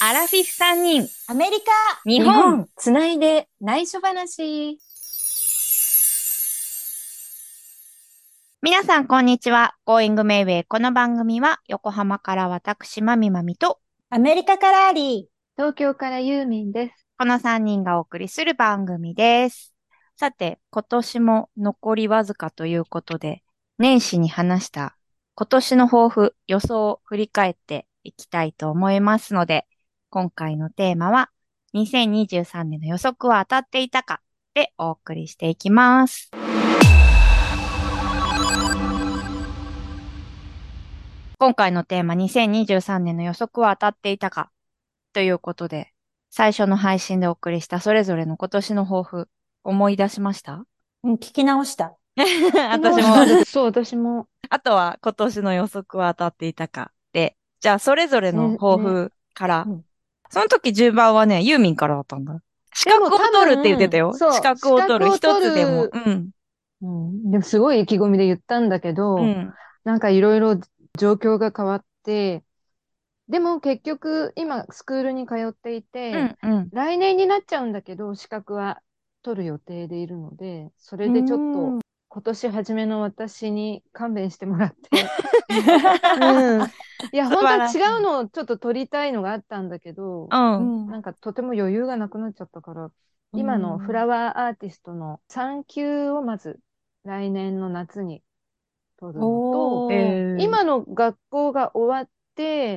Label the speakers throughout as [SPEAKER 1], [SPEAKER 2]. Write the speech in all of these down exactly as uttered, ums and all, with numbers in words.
[SPEAKER 1] アラフィフさんにん、
[SPEAKER 2] アメリカ、
[SPEAKER 1] 日本。
[SPEAKER 2] 日本、つないで内緒話。
[SPEAKER 1] 皆さん、こんにちは。Going Mayway。この番組は、横浜から私、まみまみと、
[SPEAKER 2] アメリカからあり。
[SPEAKER 3] 東京からユーミンです。
[SPEAKER 1] このさんにんがお送りする番組です。さて、今年も残りわずかということで、年始に話した今年の抱負、予想を振り返っていきたいと思いますので、今回のテーマは、にせんにじゅうさんねんの予測は当たっていたかでお送りしていきます。今回のテーマ、にせんにじゅうさんねんの予測は当たっていたかということで、最初の配信でお送りしたそれぞれの今年の抱負、思い出しました？
[SPEAKER 2] うん、聞き直した。
[SPEAKER 1] 私も。
[SPEAKER 3] 昨日したんです。そう、私も。
[SPEAKER 1] あとは今年の予測は当たっていたかで、じゃあそれぞれの
[SPEAKER 3] ね、ね。
[SPEAKER 1] 抱負から、
[SPEAKER 2] うん。
[SPEAKER 1] その時順番はね、ユーミンからだったんだ。資
[SPEAKER 3] でも多
[SPEAKER 1] 格を取るって言ってた
[SPEAKER 3] 分、
[SPEAKER 1] よ。資
[SPEAKER 3] そう、資
[SPEAKER 1] 格を取る。一
[SPEAKER 3] 格を取
[SPEAKER 1] つでも。
[SPEAKER 3] る、
[SPEAKER 1] うん。
[SPEAKER 3] うん、でもすごい意気込みで言ったんだけど、
[SPEAKER 1] うん。
[SPEAKER 3] なんかいろいろ状況が変わって、でも結局今スクールに通っていて、
[SPEAKER 1] うん。うん。
[SPEAKER 3] 来年になっちゃうんだけど、資格は取る予定でいるので、そ
[SPEAKER 2] うー
[SPEAKER 3] れでちょっと
[SPEAKER 2] ん。
[SPEAKER 3] 今年初めの私に勘弁してもらって、うん。いや、
[SPEAKER 1] 素
[SPEAKER 3] 本当は違
[SPEAKER 1] 晴らしい。
[SPEAKER 3] うのをちょっと取りたいのがあったんだけど、
[SPEAKER 1] うん。
[SPEAKER 2] うん。
[SPEAKER 3] なんかとても余裕がなくなっちゃったから、
[SPEAKER 2] う
[SPEAKER 3] 今のフラ
[SPEAKER 2] ん。
[SPEAKER 3] ワーアーティストのさん級をまず来年の夏に取るのと、
[SPEAKER 1] え
[SPEAKER 2] おー。
[SPEAKER 1] ー。
[SPEAKER 3] 今の学校が終わって、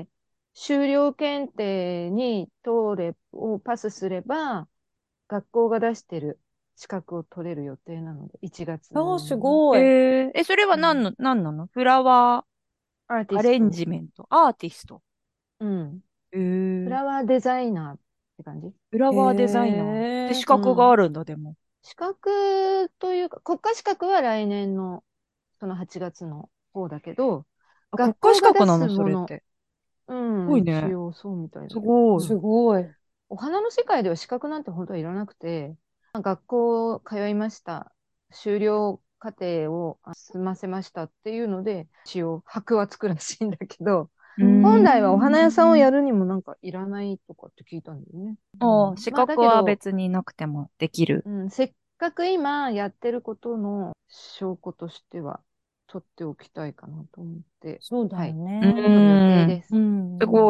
[SPEAKER 3] 修了検定に通れ、をパスすれば、学校が出してる資格を取れる予定なので、いちがつ
[SPEAKER 2] おー、す
[SPEAKER 3] に。
[SPEAKER 2] ごい。
[SPEAKER 1] えー、え、それは
[SPEAKER 3] うん、
[SPEAKER 1] 何の、何なの？フラワ
[SPEAKER 3] アーテ
[SPEAKER 1] ーアレン
[SPEAKER 3] ィスト。
[SPEAKER 1] ジメント、アーティスト。
[SPEAKER 3] うん。
[SPEAKER 1] えー、
[SPEAKER 3] フラワーデザイナーって感じ。
[SPEAKER 1] フラ
[SPEAKER 2] へ
[SPEAKER 1] ワーデザイナーって資
[SPEAKER 2] え。
[SPEAKER 1] 格があ
[SPEAKER 3] うん。
[SPEAKER 1] るんだ、でも。
[SPEAKER 3] 資格というか、国家資格は来年のそのはちがつの方だけど、
[SPEAKER 1] あ、国
[SPEAKER 3] 学
[SPEAKER 1] 家資
[SPEAKER 3] 校が出
[SPEAKER 1] 格なの、
[SPEAKER 3] すもの、
[SPEAKER 1] それって。
[SPEAKER 3] う
[SPEAKER 1] すごい
[SPEAKER 3] ん、一
[SPEAKER 1] ね。
[SPEAKER 3] 応そうみたいだけど、う
[SPEAKER 1] すごい。
[SPEAKER 2] す
[SPEAKER 3] ん。
[SPEAKER 2] ごい。
[SPEAKER 3] お花の世界では資格なんて本当はいらなくて、学校通いました。修了課程を済ませましたっていうので、一応箔はつくらしいんだけど、
[SPEAKER 1] うー
[SPEAKER 2] うー
[SPEAKER 3] 本来はお花屋さんを
[SPEAKER 2] ん。
[SPEAKER 3] やるにもなんかいらないとかって聞いたんだよね。う
[SPEAKER 1] ああ、
[SPEAKER 3] ん、
[SPEAKER 1] 資
[SPEAKER 3] まあだ
[SPEAKER 1] 格は
[SPEAKER 3] けど、
[SPEAKER 1] 別になくてもできる。
[SPEAKER 3] うん、せっかく今やってることの証拠としては取っておきたいかなと思って、
[SPEAKER 2] そうだよ
[SPEAKER 3] はい、
[SPEAKER 1] う
[SPEAKER 2] ね。
[SPEAKER 3] 取る予定
[SPEAKER 1] ーん。
[SPEAKER 3] です。
[SPEAKER 2] うん。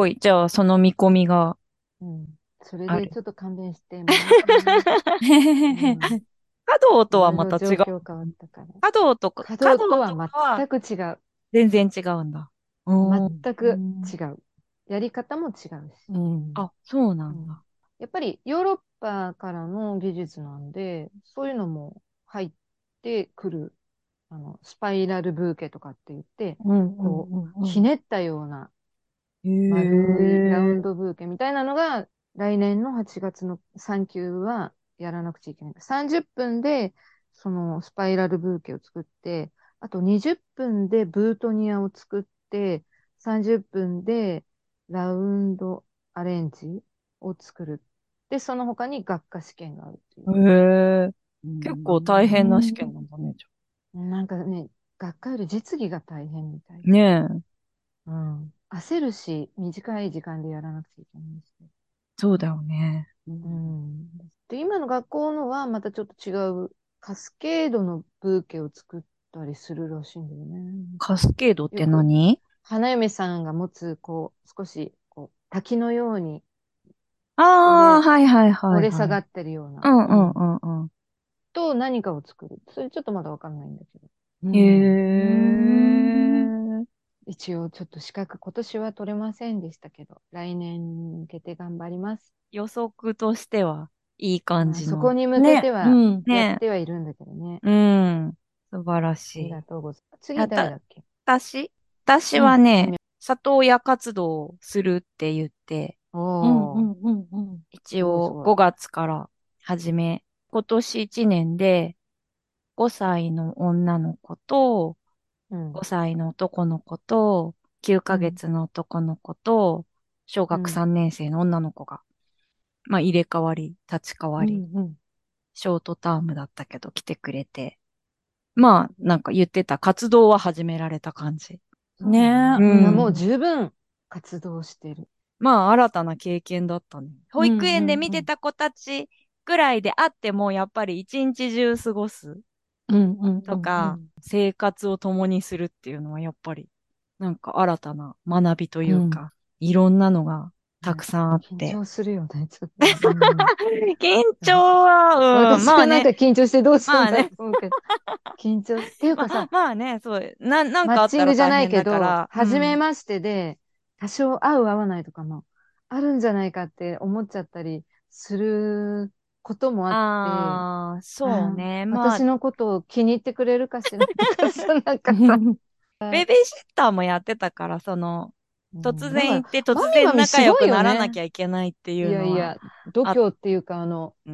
[SPEAKER 1] すごい。じゃあ、その見込みが
[SPEAKER 3] うん、それ
[SPEAKER 1] ある。
[SPEAKER 3] でちょっと勘弁してもらいたいな。うん、
[SPEAKER 1] 華道と
[SPEAKER 3] いろい
[SPEAKER 1] はまた違う。
[SPEAKER 3] ろ状況変わったから。
[SPEAKER 1] 華道とか、
[SPEAKER 3] 稼
[SPEAKER 1] 華道
[SPEAKER 3] 働とは
[SPEAKER 1] とかは
[SPEAKER 3] 全く違う。
[SPEAKER 1] 全然違うんだ。うーん。
[SPEAKER 3] 全く違う。やり方も違うし。
[SPEAKER 2] うん。
[SPEAKER 1] あ、そうなんだ。
[SPEAKER 3] うん、やっぱりヨーロッパからの技術なんで、そういうのも入ってくる。あの、スパイラルブーケとかって言って、
[SPEAKER 2] うん。う
[SPEAKER 3] こう、
[SPEAKER 2] ん。うん。
[SPEAKER 3] ひねったような
[SPEAKER 1] へ
[SPEAKER 3] 丸いラウン
[SPEAKER 1] え。
[SPEAKER 3] ドブーケみたいなのが、来年のはちがつのさん級はやらなくちゃいけない。さんじゅっぷんで、そのスパイラルブーケを作って、あとにじゅっぷんでブートニアを作って、さんじゅっぷんでラウンドアレンジを作る。で、その他に学科試験があるっていう。
[SPEAKER 1] へえ。
[SPEAKER 2] う
[SPEAKER 1] 結構大変な試
[SPEAKER 2] ん。
[SPEAKER 1] 験なんだね、じ
[SPEAKER 3] なんかね、学科より実技が大変みたい
[SPEAKER 1] ゃ。
[SPEAKER 3] で。
[SPEAKER 1] ねえ。
[SPEAKER 3] うん。焦るし、短い時間でやらなくちゃいけないしね。
[SPEAKER 1] そうだよね。
[SPEAKER 3] う
[SPEAKER 2] うん。
[SPEAKER 3] ん。で、今の学校のはまたちょっと違う、カスケードのブーケを作ったりするらしいんだよね。
[SPEAKER 1] カスケードって
[SPEAKER 3] よく、
[SPEAKER 1] 何？
[SPEAKER 3] 花嫁さんが持つ、こう、少し、こう、滝のように折
[SPEAKER 1] ああー、
[SPEAKER 3] れ、
[SPEAKER 1] はいはいはいはい。
[SPEAKER 3] 折れ下がってるような、
[SPEAKER 1] うんうん
[SPEAKER 3] うん。
[SPEAKER 1] うんうん。
[SPEAKER 3] と何かを作る。それちょっとまだわかんないんだけど。
[SPEAKER 2] う
[SPEAKER 1] へ
[SPEAKER 2] ん。
[SPEAKER 1] え。
[SPEAKER 3] 一応ちょっと資格、今年は取れませんでしたけど、来年に向けて頑張ります。
[SPEAKER 1] 予測としてはいい感
[SPEAKER 3] まあ、
[SPEAKER 1] じの。
[SPEAKER 3] そこに向け
[SPEAKER 2] ね。
[SPEAKER 3] ては
[SPEAKER 2] うん。
[SPEAKER 3] やっ
[SPEAKER 1] ね
[SPEAKER 3] てはいるんだけどね。
[SPEAKER 1] え。うん。素晴らし
[SPEAKER 3] ありが
[SPEAKER 1] い。
[SPEAKER 3] とうございます。
[SPEAKER 1] あ
[SPEAKER 3] 次誰だ
[SPEAKER 1] た、
[SPEAKER 3] っけ？
[SPEAKER 1] 私私
[SPEAKER 3] うん。
[SPEAKER 1] はね、里親活動をするって言って、
[SPEAKER 2] うん。う
[SPEAKER 3] おー、
[SPEAKER 2] ん。うん。うん。
[SPEAKER 1] 一応
[SPEAKER 3] すごいすごい。
[SPEAKER 1] ごがつから始め、今年いちねんでごさいの女の子と、
[SPEAKER 3] うん、
[SPEAKER 1] ごさいの男の子と、9
[SPEAKER 3] うん、
[SPEAKER 1] ヶ月の男の子と、小学
[SPEAKER 3] うん、
[SPEAKER 1] さんねん生の女の子が、まあ入れ替わり、立ち替わり、
[SPEAKER 2] うん。うん。
[SPEAKER 1] ショートタームだったけど来てくれて、まあなんか言ってた活動は始められた感じ。
[SPEAKER 3] そうだ
[SPEAKER 2] ね。
[SPEAKER 1] う
[SPEAKER 3] ね。いや、もう
[SPEAKER 1] ん。
[SPEAKER 3] 十分活動してる。
[SPEAKER 1] まあ新たな経験だったね。保
[SPEAKER 2] うん
[SPEAKER 1] 育園で見
[SPEAKER 2] うんうん。
[SPEAKER 1] てた子たちぐらいであっても、やっぱり一日中過ごす
[SPEAKER 2] うんうんうんう
[SPEAKER 1] とか、
[SPEAKER 2] ん。
[SPEAKER 1] 生活を共にするっていうのはやっぱり、なんか新たな学びとい
[SPEAKER 2] うん。
[SPEAKER 1] うか、いろんなのがたく
[SPEAKER 3] ね、
[SPEAKER 1] さんあって。
[SPEAKER 3] 緊張するよね、ちょっとね。うん。
[SPEAKER 1] 緊張
[SPEAKER 3] わ
[SPEAKER 1] は、うん、
[SPEAKER 3] 私はなんか
[SPEAKER 1] まあね、
[SPEAKER 3] 緊張してどうするんだろう
[SPEAKER 1] まあね、
[SPEAKER 3] と思うけど、緊張す、っていう
[SPEAKER 1] まあ、
[SPEAKER 3] かさ、
[SPEAKER 1] まあね、そう、な、なん
[SPEAKER 3] マッ
[SPEAKER 1] かあったら
[SPEAKER 3] チングじゃない
[SPEAKER 1] 大変
[SPEAKER 3] けど、
[SPEAKER 1] だから、う
[SPEAKER 3] 初め
[SPEAKER 1] ん。
[SPEAKER 3] ましてで、多少合う合わないとかもあるんじゃないかって思っちゃったりすることもあって、
[SPEAKER 1] ああ、そう
[SPEAKER 3] あー、
[SPEAKER 1] ね。まあ、
[SPEAKER 3] 私のことを気に入ってくれるかしらとかさ、なんかさ、
[SPEAKER 1] ベビーシッターもやってたから、その、
[SPEAKER 3] うん、だから、
[SPEAKER 1] 突然行って
[SPEAKER 3] マミ
[SPEAKER 1] 突然
[SPEAKER 3] マミすごい
[SPEAKER 1] 仲良く
[SPEAKER 3] よね。
[SPEAKER 1] ならなきゃいけないっていうのは、
[SPEAKER 3] いやいや、度
[SPEAKER 1] あ、
[SPEAKER 3] 胸っていうか、あの、
[SPEAKER 1] うん。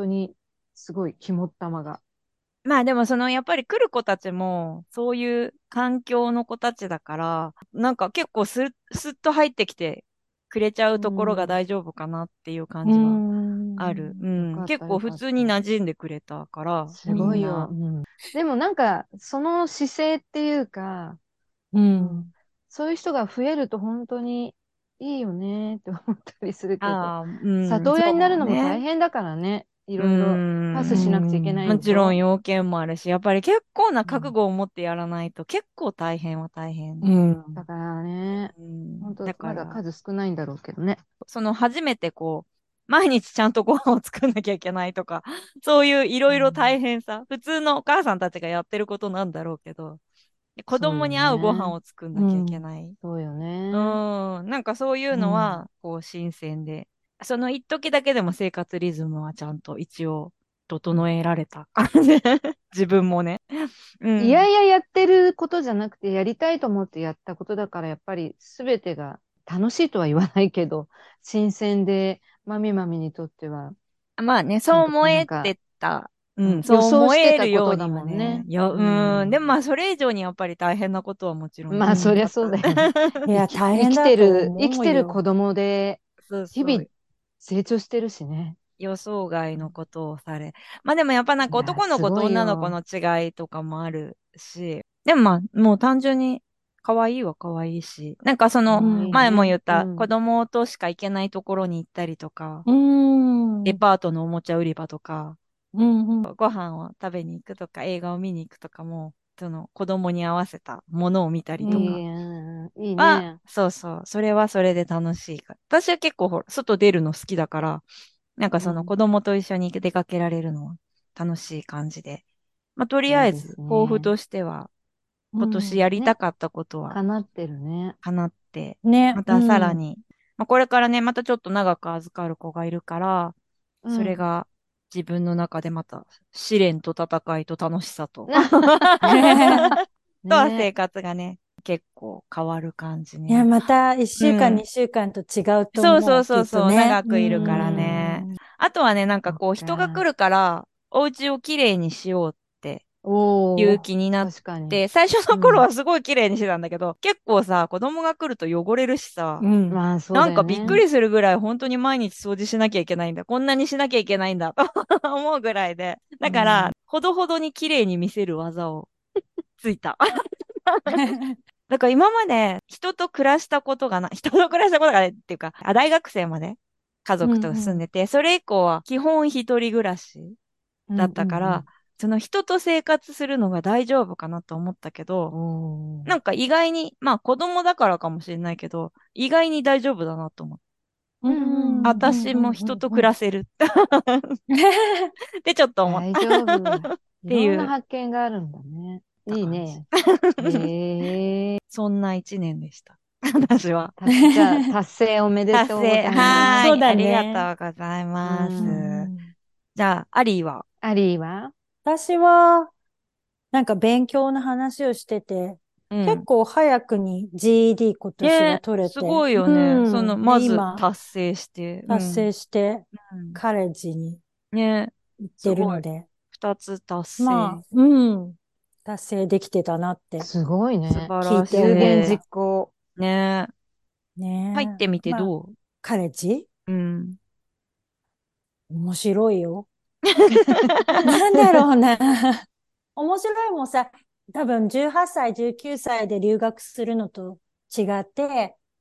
[SPEAKER 3] 本当にすごい肝っ玉が。
[SPEAKER 1] まあでもその、やっぱり来る子たちも、そういう環境の子たちだから、なんか結構スッ、スッと入ってきてくれちゃう
[SPEAKER 3] う
[SPEAKER 1] ところが
[SPEAKER 3] ん。
[SPEAKER 1] 大丈夫かなっていう感
[SPEAKER 2] う
[SPEAKER 1] じはある。
[SPEAKER 2] ん。
[SPEAKER 1] うん。
[SPEAKER 3] よかった、よ
[SPEAKER 1] 結構普
[SPEAKER 3] かった。
[SPEAKER 1] 通に馴染んでくれたから、
[SPEAKER 3] すごいよ。
[SPEAKER 1] みんな。
[SPEAKER 3] うん。でもなんか、その姿勢っていうか、
[SPEAKER 2] う
[SPEAKER 3] うん、
[SPEAKER 2] ん。
[SPEAKER 3] そういう人が増えると本当にいいよねって思ったりするけど、
[SPEAKER 1] ああ、うん、
[SPEAKER 3] 里親になるのも
[SPEAKER 1] そうね。
[SPEAKER 3] 大変だからね。い
[SPEAKER 1] う
[SPEAKER 3] ろいろパ
[SPEAKER 2] う
[SPEAKER 3] スしなくちゃいけ
[SPEAKER 1] ん。
[SPEAKER 3] ない
[SPEAKER 2] ん。
[SPEAKER 1] もちろん
[SPEAKER 3] でしょ？
[SPEAKER 1] 要件もあるし、やっぱり結構な
[SPEAKER 3] うん。
[SPEAKER 1] 覚悟を持ってやらないと結構大変は大変。
[SPEAKER 2] うん。
[SPEAKER 3] だからね、
[SPEAKER 1] うん。
[SPEAKER 3] 本当
[SPEAKER 1] だから、
[SPEAKER 3] まだ数少ないんだろうけどね。
[SPEAKER 1] その初めてこう、毎日ちゃんとご飯を作んなきゃいけないとか、そういういろいろ
[SPEAKER 3] うん、
[SPEAKER 1] 大変さ、普通のお母さんたちがやってることなんだろうけど、子
[SPEAKER 3] そうよ
[SPEAKER 1] 供に合うご飯
[SPEAKER 3] ね。
[SPEAKER 1] を作んなきゃいけ
[SPEAKER 2] うん。
[SPEAKER 1] ない。
[SPEAKER 3] そうよ
[SPEAKER 1] う
[SPEAKER 3] ね。
[SPEAKER 1] ん、なんかそういう
[SPEAKER 2] うん。
[SPEAKER 1] のは、こう、新鮮で、その一時だけでも生活リズムはちゃんと一応整えられた感じ。自分もね。うん。
[SPEAKER 3] いやいややってることじゃなくて、やりたいと思ってやったことだから、やっぱり全てが楽しいとは言わないけど、新鮮で、まみまみにとっては、
[SPEAKER 1] まあね、そう
[SPEAKER 3] ちゃんとこ
[SPEAKER 1] 思え
[SPEAKER 3] うなんか、
[SPEAKER 1] てた。う
[SPEAKER 3] うん、
[SPEAKER 1] ん、そう
[SPEAKER 3] 予想
[SPEAKER 1] 思
[SPEAKER 3] してた
[SPEAKER 1] えるように
[SPEAKER 3] ことだも
[SPEAKER 1] もね。
[SPEAKER 3] んね。
[SPEAKER 1] よ、
[SPEAKER 3] う
[SPEAKER 1] うん。でもま
[SPEAKER 3] ん。
[SPEAKER 1] あ、それ以上にやっぱり大変なことはもちろん
[SPEAKER 3] まあ、そりゃ
[SPEAKER 1] あった。
[SPEAKER 3] そうだよね。
[SPEAKER 2] いや、
[SPEAKER 3] 生き、
[SPEAKER 2] 大
[SPEAKER 3] 生き
[SPEAKER 2] 変だと
[SPEAKER 3] てる、生きてる子
[SPEAKER 2] 思うよ。
[SPEAKER 3] 供で、日々
[SPEAKER 1] そうそう。
[SPEAKER 3] 成長してるしね。
[SPEAKER 1] 予想外
[SPEAKER 3] うん、
[SPEAKER 1] のことをされ。まあでもやっぱなんか
[SPEAKER 3] いや、
[SPEAKER 1] 男の子と
[SPEAKER 3] すごい
[SPEAKER 1] 女の子の
[SPEAKER 3] よ。
[SPEAKER 1] 違いとかもあるし。でもまあ、もう単純に可愛いは可愛いし。なんかその、
[SPEAKER 3] かわいい
[SPEAKER 2] うん。
[SPEAKER 1] 前も
[SPEAKER 3] ね。
[SPEAKER 1] 言った子
[SPEAKER 3] うん。
[SPEAKER 1] 供としか行けないところに行ったりとか、
[SPEAKER 2] うん。うん。
[SPEAKER 1] デパートのおもちゃ売り場とか、
[SPEAKER 2] うん。
[SPEAKER 1] ご飯を食べに行くとか、映画を見に行くとかも、その子供に合わせたものを見たりとか
[SPEAKER 3] いい、うん、いい
[SPEAKER 1] は、
[SPEAKER 3] ね。
[SPEAKER 1] そうそう、それはそれで楽しいから。私は結構ほら、外出るの好きだから、なんかその子
[SPEAKER 3] うん。
[SPEAKER 1] 供と一緒に出かけられるのは楽しい感じで。まあ、とりあえず、
[SPEAKER 3] いいですね。
[SPEAKER 1] 抱負としては、
[SPEAKER 2] う
[SPEAKER 1] 今年や
[SPEAKER 2] ん。
[SPEAKER 1] りた
[SPEAKER 3] ね。
[SPEAKER 1] かったことは
[SPEAKER 3] 叶ってるね。
[SPEAKER 1] 叶って、
[SPEAKER 2] ね。う
[SPEAKER 1] またさら
[SPEAKER 2] ん。
[SPEAKER 1] に、まあ、これからね、またちょっと長く預かる子がいるから、
[SPEAKER 3] うん。
[SPEAKER 1] それが自分の中でまた試練と戦いと楽しさととは生
[SPEAKER 3] ね。
[SPEAKER 1] 活がね、結構変わる感じ
[SPEAKER 2] いや、
[SPEAKER 1] ね。
[SPEAKER 2] また一週間、
[SPEAKER 1] うん。
[SPEAKER 2] 二週間と違うと
[SPEAKER 1] そうそ
[SPEAKER 2] 思う。きっと
[SPEAKER 1] うそうそう、
[SPEAKER 2] ね。
[SPEAKER 1] 長
[SPEAKER 2] う
[SPEAKER 1] くいるからね。
[SPEAKER 2] ん。
[SPEAKER 1] あとはね、なんか
[SPEAKER 3] そっ
[SPEAKER 1] こう人が来
[SPEAKER 3] か。
[SPEAKER 1] るから、お家をきれいにしようっていう
[SPEAKER 3] おお、
[SPEAKER 1] 気になっ
[SPEAKER 3] 確かに。
[SPEAKER 1] て、最初の頃
[SPEAKER 3] うん。
[SPEAKER 1] はすごいきれいにしてたんだけど、結構さ、子供が来ると汚れるしさ、
[SPEAKER 2] うん。
[SPEAKER 3] まあ、そう
[SPEAKER 1] なん
[SPEAKER 3] だよね。
[SPEAKER 1] かびっくりするぐらい本当に毎日掃除しなきゃいけないんだ。こんなにしなきゃいけないんだと思うぐらいで。だから、
[SPEAKER 3] うん。
[SPEAKER 1] ほどほどに綺麗に見せる技をついた。だから今まで人と暮らしたことがない、人と暮らしたことがないっていうか、あ、大学生まで家
[SPEAKER 2] う
[SPEAKER 1] 族と住ん
[SPEAKER 2] ん。
[SPEAKER 1] でて、それ以降は基本一人暮らしだっ
[SPEAKER 3] うん、うん、う
[SPEAKER 1] たから、
[SPEAKER 3] ん。
[SPEAKER 1] その人と生活するのが大丈夫かなと思ったけど、
[SPEAKER 3] おー。
[SPEAKER 1] なんか意外に、まあ子供だからかもしれないけど、意外に大丈夫だなと思って。
[SPEAKER 2] う
[SPEAKER 3] うん、うん、うん、うん、
[SPEAKER 1] 私
[SPEAKER 3] うん、
[SPEAKER 1] も人と
[SPEAKER 3] うん。うん、
[SPEAKER 1] 暮らせるってちょっと思った
[SPEAKER 3] 大丈夫。
[SPEAKER 1] っていう、
[SPEAKER 3] いろんな発見があるんだね。
[SPEAKER 1] た感じ。
[SPEAKER 3] いいね。へえ。
[SPEAKER 1] そんな一年でした。私は。
[SPEAKER 3] た、じゃあ、達成おめで
[SPEAKER 1] 達成。
[SPEAKER 3] とうございます。
[SPEAKER 2] そう
[SPEAKER 1] はーい。ありが
[SPEAKER 2] だね。
[SPEAKER 1] とうござい
[SPEAKER 3] う
[SPEAKER 1] ま
[SPEAKER 2] う
[SPEAKER 3] ん。
[SPEAKER 1] す。
[SPEAKER 2] ん。
[SPEAKER 1] じゃあ、アリーは？
[SPEAKER 3] アリーは？
[SPEAKER 2] 私は、なんか勉強の話をしてて、結
[SPEAKER 1] うん。
[SPEAKER 2] 構早くに ジーイーディー 今年は
[SPEAKER 1] ね、
[SPEAKER 2] 取れて、
[SPEAKER 1] すごいよ
[SPEAKER 2] う
[SPEAKER 1] ね。その、
[SPEAKER 2] ん。で、
[SPEAKER 1] まず
[SPEAKER 2] 今、
[SPEAKER 1] 達成して。うん。
[SPEAKER 2] 達成して、
[SPEAKER 1] うん。
[SPEAKER 2] カレッジに
[SPEAKER 1] ね、
[SPEAKER 2] 行ってる
[SPEAKER 1] すごい。
[SPEAKER 2] ので、
[SPEAKER 1] 二つ達成。
[SPEAKER 2] まあ、うん、達成できてたなって
[SPEAKER 3] すごいね。
[SPEAKER 1] 素晴ら
[SPEAKER 2] 聞いて
[SPEAKER 3] 有言実
[SPEAKER 2] 思った。
[SPEAKER 1] し
[SPEAKER 3] 行。
[SPEAKER 1] い。ね、入っ
[SPEAKER 2] ねえ。
[SPEAKER 1] てみて
[SPEAKER 2] まあ、
[SPEAKER 1] どう？
[SPEAKER 2] カレッジ
[SPEAKER 1] うん。
[SPEAKER 2] 面白いよ。なんだろうな。面白いもんさ、多分じゅうはっさい、じゅうきゅうさいで留学するのと違って、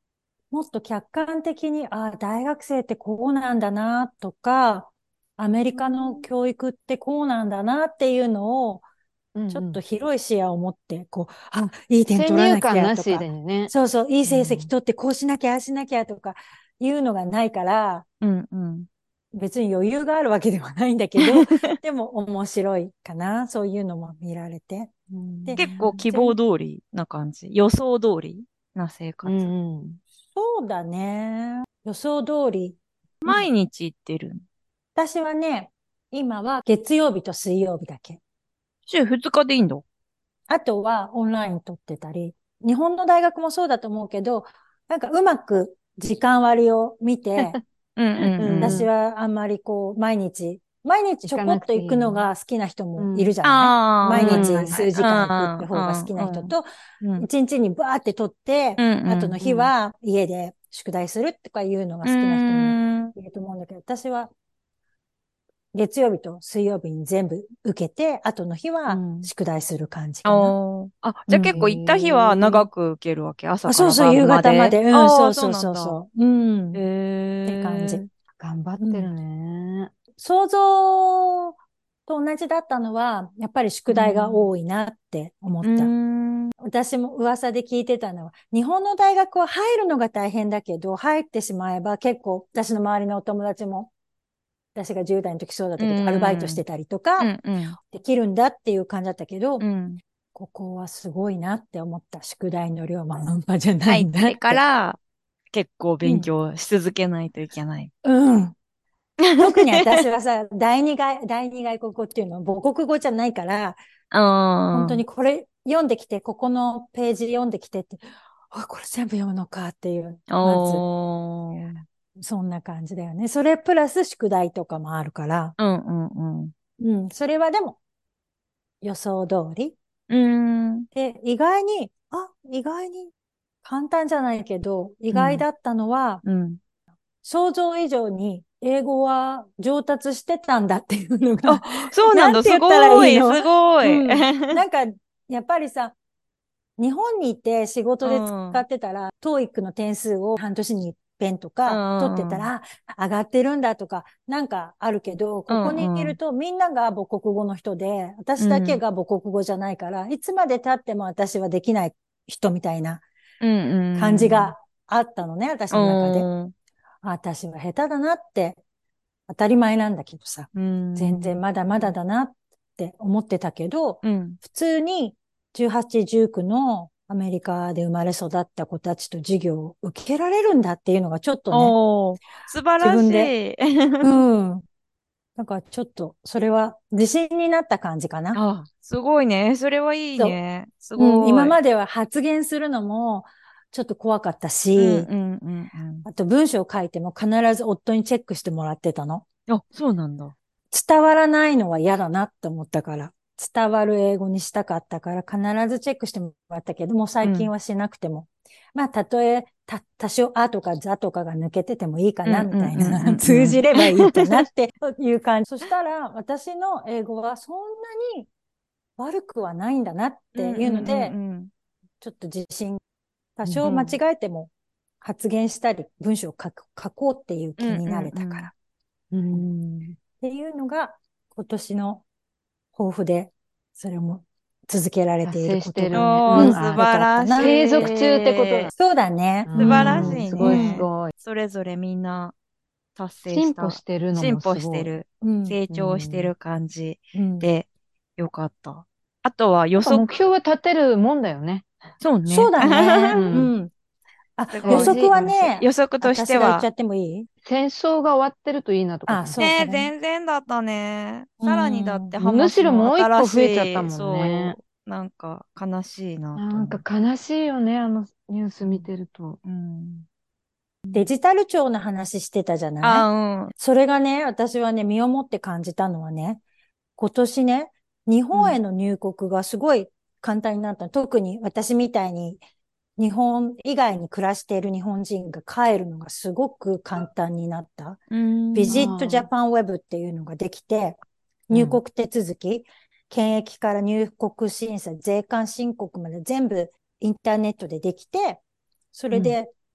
[SPEAKER 2] もっと客観的に、ああ、大学生ってこうなんだなとか、アメリカの教育ってこうなんだなっていうのを、ちょっと
[SPEAKER 3] うんうん。
[SPEAKER 2] 広い視野を持って、こう、あ、いい点
[SPEAKER 3] 先
[SPEAKER 2] 取らなき
[SPEAKER 3] 入観な
[SPEAKER 2] ゃとか、
[SPEAKER 3] しでね。
[SPEAKER 2] そうそう、いい成績
[SPEAKER 3] うん。
[SPEAKER 2] 取ってこうしなきゃ、ああしなきゃとか、いうのがないから、
[SPEAKER 1] うんうん。
[SPEAKER 2] 別に余裕があるわけではないんだけど、でも面白いかな。そういうのも見られて。
[SPEAKER 3] う
[SPEAKER 2] で、
[SPEAKER 1] 結構
[SPEAKER 3] ん。
[SPEAKER 1] 希望
[SPEAKER 2] 全、
[SPEAKER 1] 通りな感じ。予想通りな生
[SPEAKER 3] う
[SPEAKER 1] 活。
[SPEAKER 3] んうん。
[SPEAKER 2] そうだね。予想通り。うん。
[SPEAKER 1] 毎日行ってるの？
[SPEAKER 2] 私はね、今は月曜日と水曜日だけ。
[SPEAKER 1] 週ふつかでいいんだ。
[SPEAKER 2] あとはオンライン取ってたり、日本の大学もそうだと思うけど、なんかうまく時間割を見て、
[SPEAKER 1] うんうん
[SPEAKER 3] うん
[SPEAKER 1] うん。
[SPEAKER 2] 私はあんまりこう、毎日、毎日ちょこっ
[SPEAKER 3] 行かなく
[SPEAKER 2] と行くの
[SPEAKER 3] ていいの。
[SPEAKER 2] が好きな人もいる
[SPEAKER 3] うん。
[SPEAKER 2] じゃない？
[SPEAKER 1] ああ、
[SPEAKER 2] 毎
[SPEAKER 1] はい
[SPEAKER 3] うん。
[SPEAKER 2] 日
[SPEAKER 1] はいはい。
[SPEAKER 2] 数時間行くって方が好きな
[SPEAKER 1] うんうん
[SPEAKER 2] 人と、
[SPEAKER 1] うん。
[SPEAKER 2] 一日にバーって取って、
[SPEAKER 1] うんう
[SPEAKER 2] 後の日
[SPEAKER 3] うん。
[SPEAKER 2] は家で宿題するとかいうのが
[SPEAKER 1] ん。う
[SPEAKER 2] 好きな人も
[SPEAKER 1] ーん。
[SPEAKER 2] いると思うんだけど、私は月曜日と水曜日に全部受けて、後の日は
[SPEAKER 3] うん。
[SPEAKER 2] 宿題する感じかな。
[SPEAKER 1] おー。あ、じゃあ
[SPEAKER 2] うん。
[SPEAKER 1] 結構行った日は長
[SPEAKER 3] へえ。
[SPEAKER 1] く受けるわけ？朝
[SPEAKER 2] あ、
[SPEAKER 1] から
[SPEAKER 2] そうそう、夕
[SPEAKER 1] 晩まで。
[SPEAKER 2] 方まで。うん、
[SPEAKER 1] ああ、
[SPEAKER 2] そうそう
[SPEAKER 1] そうなんだ。
[SPEAKER 2] そうそう。うん。
[SPEAKER 1] へ
[SPEAKER 2] って感じ。
[SPEAKER 1] え。
[SPEAKER 3] 頑張っ
[SPEAKER 2] うん。
[SPEAKER 3] てるね。
[SPEAKER 2] 想像と同じだったのは、やっぱり
[SPEAKER 1] う
[SPEAKER 2] 宿題が
[SPEAKER 1] ん。
[SPEAKER 2] 多いなって思
[SPEAKER 1] うー
[SPEAKER 2] った。
[SPEAKER 1] ん。
[SPEAKER 2] 私も噂で聞いてたのは、日本の大学は入るのが大変だけど、入ってしまえば結構、私の周りのお友達も、私がじゅう代の時そうだっ
[SPEAKER 1] う
[SPEAKER 2] たけど、アルバイトし
[SPEAKER 1] ん。
[SPEAKER 2] てたりとか、
[SPEAKER 1] うんうん。
[SPEAKER 2] できるんだっていう感じだったけど、
[SPEAKER 1] うん。
[SPEAKER 2] ここはすごいなって思った。宿題の量も半端じゃない
[SPEAKER 1] 入ってか
[SPEAKER 2] なって。
[SPEAKER 1] ら結構勉
[SPEAKER 2] うん。
[SPEAKER 1] 強し続けないといけない。
[SPEAKER 2] うん。特に私はさ、第二外、第二外国語っていうのは母国語じゃないから、
[SPEAKER 1] う
[SPEAKER 2] 本当
[SPEAKER 1] ん。
[SPEAKER 2] にこれ読んできて、ここのページ読んできてって、あ、これ全部読むのかっていう、まず、
[SPEAKER 1] おー。
[SPEAKER 2] そんな感じだよね。それプラス宿題とかもあるから、
[SPEAKER 1] うんうんうん。
[SPEAKER 2] うん、それはでも予想通り。
[SPEAKER 1] うーん。
[SPEAKER 2] で、意外に、あ、意外に簡単じゃないけど、意
[SPEAKER 1] うん。
[SPEAKER 2] 外だったのは、
[SPEAKER 1] うん。
[SPEAKER 2] 想像以上に英語は上達してたんだっていうの
[SPEAKER 1] あ、
[SPEAKER 2] が、
[SPEAKER 1] そうなんだ。す
[SPEAKER 2] なんて言ったらい
[SPEAKER 1] ごい、
[SPEAKER 2] いの？
[SPEAKER 1] すごい。
[SPEAKER 2] うん。なんか、やっぱりさ、日本にいて仕
[SPEAKER 1] う
[SPEAKER 2] 事で使
[SPEAKER 1] ん。
[SPEAKER 2] ってたら、トーイック の点数を半年に一遍と
[SPEAKER 1] う
[SPEAKER 2] か取ってた
[SPEAKER 1] ん。
[SPEAKER 2] ら、上がってるんだとか、なんかあるけど、
[SPEAKER 1] う
[SPEAKER 2] ここにい
[SPEAKER 1] ん。うん。
[SPEAKER 2] るとみんなが母国語の人で、
[SPEAKER 1] う
[SPEAKER 2] 私だけ
[SPEAKER 1] ん。
[SPEAKER 2] が母国語じゃないから、いつまで経っても私はできない人みたいな
[SPEAKER 1] うん。
[SPEAKER 2] 感じがあったのね、私
[SPEAKER 1] う
[SPEAKER 2] の中で。
[SPEAKER 1] ん。
[SPEAKER 2] あ、私は下手だなって当たり前なんだけどさ、
[SPEAKER 1] うん。
[SPEAKER 2] 全然まだまだだなって思ってたけど、
[SPEAKER 1] うん。
[SPEAKER 2] 普通にじゅうはち、じゅうきゅうのアメリカで生まれ育った子たちと授業を受けられるんだっていうのがちょっとね、
[SPEAKER 1] おー、素晴らし
[SPEAKER 2] 自分で、
[SPEAKER 1] い。
[SPEAKER 2] うん。なんかちょっと、それは自信になった感じかな。
[SPEAKER 1] あ、すごいね。それはいい
[SPEAKER 2] そ
[SPEAKER 1] ね。す
[SPEAKER 2] う。うん。
[SPEAKER 1] ごい。
[SPEAKER 2] 今までは発言するのもちょっと怖かった
[SPEAKER 1] うん
[SPEAKER 2] し、
[SPEAKER 1] うんうんうん。
[SPEAKER 2] あと文章を書いても必ず夫にチェックしてもらってたの。
[SPEAKER 1] あ、そうなんだ。
[SPEAKER 2] 伝わらないのは嫌だなって思ったから、伝わる英語にしたかったから必ずチェックしてもらったけども、
[SPEAKER 1] うん。
[SPEAKER 2] 最近はしなくても。まあ、たとえ、た、多少あとかざとかが抜けててもいいかな、
[SPEAKER 1] うんうん
[SPEAKER 2] みたいな。
[SPEAKER 1] うんうんうん。
[SPEAKER 2] 通じればいいかなっていう感じ。そしたら、私の英語はそんなに悪くはないんだなっ
[SPEAKER 1] うんう
[SPEAKER 2] ていうので、
[SPEAKER 1] んうん
[SPEAKER 2] ちょっと自信、多
[SPEAKER 3] うん。
[SPEAKER 2] 少間違えても発言したり、文章を書く、書こうっていう
[SPEAKER 1] うん。うん
[SPEAKER 2] 気になれ
[SPEAKER 1] うんうん。
[SPEAKER 2] たから。
[SPEAKER 3] う
[SPEAKER 2] うん、っ
[SPEAKER 3] ん。
[SPEAKER 2] ていうのが今年の抱負で、それも続けられている
[SPEAKER 3] 達成
[SPEAKER 2] ことが、
[SPEAKER 3] してるね。
[SPEAKER 1] おー、
[SPEAKER 2] うん、
[SPEAKER 3] うん。あ、
[SPEAKER 1] 素晴
[SPEAKER 2] よかった
[SPEAKER 1] らし
[SPEAKER 2] なっ
[SPEAKER 3] 継続
[SPEAKER 2] て。
[SPEAKER 3] 中ってこと
[SPEAKER 1] い。
[SPEAKER 3] だ。
[SPEAKER 2] そうだね。
[SPEAKER 3] う
[SPEAKER 2] う
[SPEAKER 1] 素晴らし
[SPEAKER 3] ん。
[SPEAKER 2] ん、
[SPEAKER 1] い
[SPEAKER 3] すごいす
[SPEAKER 2] うん、
[SPEAKER 1] ね。
[SPEAKER 3] ごい。
[SPEAKER 1] それぞれみんな達成し
[SPEAKER 3] 進歩
[SPEAKER 1] た。
[SPEAKER 3] してるの
[SPEAKER 1] 進歩
[SPEAKER 3] もすごい。
[SPEAKER 1] してる。
[SPEAKER 2] うん、
[SPEAKER 1] 成
[SPEAKER 3] うん。
[SPEAKER 1] 長してる感じ
[SPEAKER 2] うん。
[SPEAKER 1] でよかった。あとは予測。
[SPEAKER 3] なんか目標は立てるもんだよね。
[SPEAKER 1] そうね。
[SPEAKER 2] そうだね。
[SPEAKER 3] うん。
[SPEAKER 2] うん。あ、
[SPEAKER 1] すごい素
[SPEAKER 2] 予測
[SPEAKER 3] 大事。
[SPEAKER 2] はね、
[SPEAKER 1] 晴らしい。予測としては。
[SPEAKER 2] 私が言っちゃってもいい？
[SPEAKER 3] 戦争が終わってるといいなとか
[SPEAKER 2] あ、
[SPEAKER 3] 思って。
[SPEAKER 2] そう、
[SPEAKER 1] ねえ、
[SPEAKER 2] それね。
[SPEAKER 1] 全然だったね。
[SPEAKER 2] う
[SPEAKER 1] さらにだって
[SPEAKER 2] ん。
[SPEAKER 1] ハ
[SPEAKER 3] むしろ
[SPEAKER 1] マスも
[SPEAKER 3] もう一個増えちゃっ
[SPEAKER 1] 新しい、
[SPEAKER 3] たもんね。
[SPEAKER 1] そう、なんか悲しいなと
[SPEAKER 3] なんか
[SPEAKER 1] 思う。
[SPEAKER 3] 悲しいよね、あのニュース見てると。
[SPEAKER 1] うん。
[SPEAKER 2] デジタル庁の話してたじゃない？
[SPEAKER 1] あ、うん。
[SPEAKER 2] それがね、私はね、身をもって感じたのはね、今年ね、日
[SPEAKER 3] うん。
[SPEAKER 2] 本への入国がすごい簡単になった。特に私みたいに日本以外に暮らしている日本人が帰るのがすごく簡単になった。
[SPEAKER 1] うん。
[SPEAKER 2] ビジットジャ
[SPEAKER 3] ああ。
[SPEAKER 2] パンウェブっていうのができて、
[SPEAKER 3] うん。
[SPEAKER 2] 入国手続き、検疫から入国審査、税関申告まで全部インターネットでできて、そ
[SPEAKER 3] うん。
[SPEAKER 2] れで